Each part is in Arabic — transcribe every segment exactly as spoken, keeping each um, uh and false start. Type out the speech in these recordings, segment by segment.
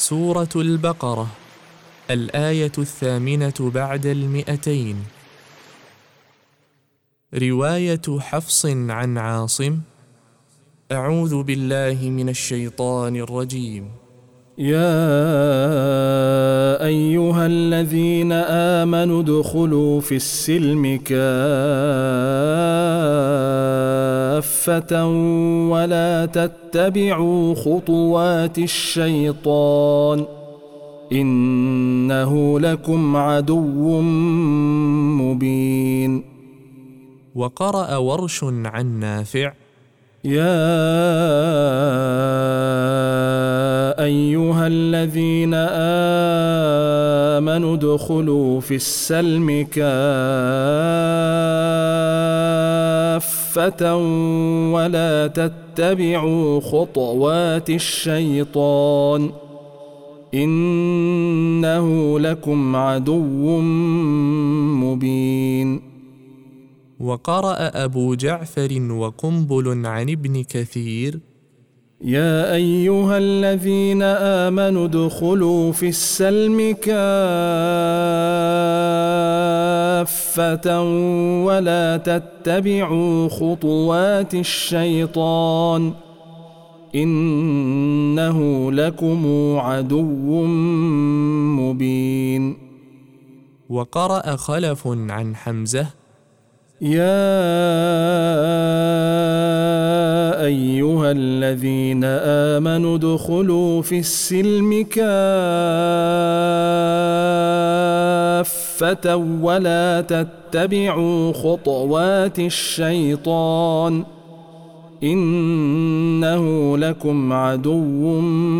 سورة البقرة، الآية الثامنة بعد المئتين. رواية حفص عن عاصم. أعوذ بالله من الشيطان الرجيم. يا أيها الذين آمنوا ادخلوا في السلم كافة ولا تتبعوا خطوات الشيطان إنه لكم عدو مبين. وقرأ ورش عن نافع. يا أيها الذين آمنوا ادخلوا في السلم كافة ولا تتبعوا خطوات الشيطان إنه لكم عدو مبين. وقرأ أبو جعفر وقنبل عن ابن كثير. يا أيها الذين آمنوا ادخلوا في السلم كافة ولا تتبعوا خطوات الشيطان إنه لكم عدو مبين. وقرأ خلف عن حمزة. يا أيها الذين آمنوا ادخلوا في السلم كافة ولا تتبعوا خطوات الشيطان إنه لكم عدو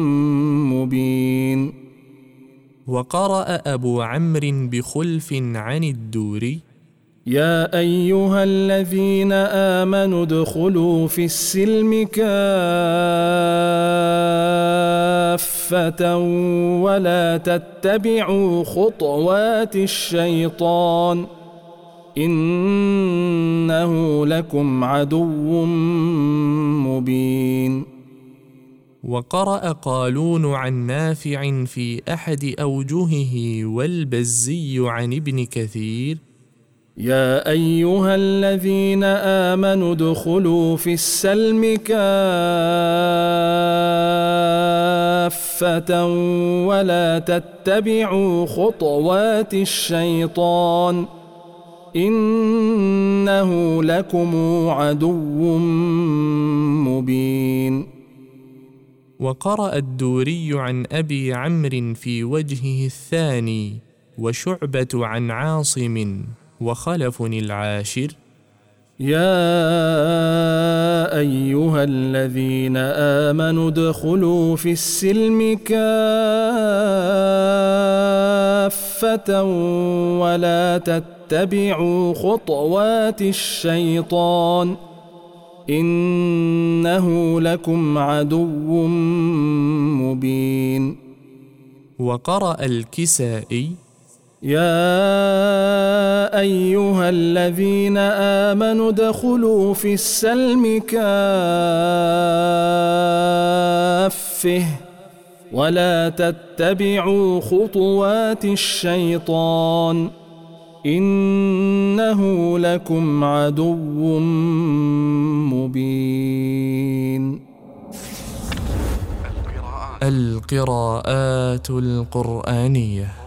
مبين. وقرأ أبو عمرو بخلف عن الدوري. يا أيها الذين آمنوا ادخلوا في السلم كافة ولا تتبعوا خطوات الشيطان إنه لكم عدو مبين. وقرأ قالون عن نافع في أحد أوجهه والبزي عن ابن كثير. يا أيها الذين آمنوا ادخلوا في السلم كافة ولا تتبعوا خطوات الشيطان إنه لكم عدو مبين. وقرأ الدوري عن أبي عمرو في وجهه الثاني وشعبة عن عاصم وخلف العاشر. يا أيها الذين آمنوا ادخلوا في السلم كافة ولا تتبعوا خطوات الشيطان إنه لكم عدو مبين. وقرأ الكسائي. يا أيها الذين آمنوا ادخلوا في السلم كافة ولا تتبعوا خطوات الشيطان إنه لكم عدو مبين. القراءات القرآنية.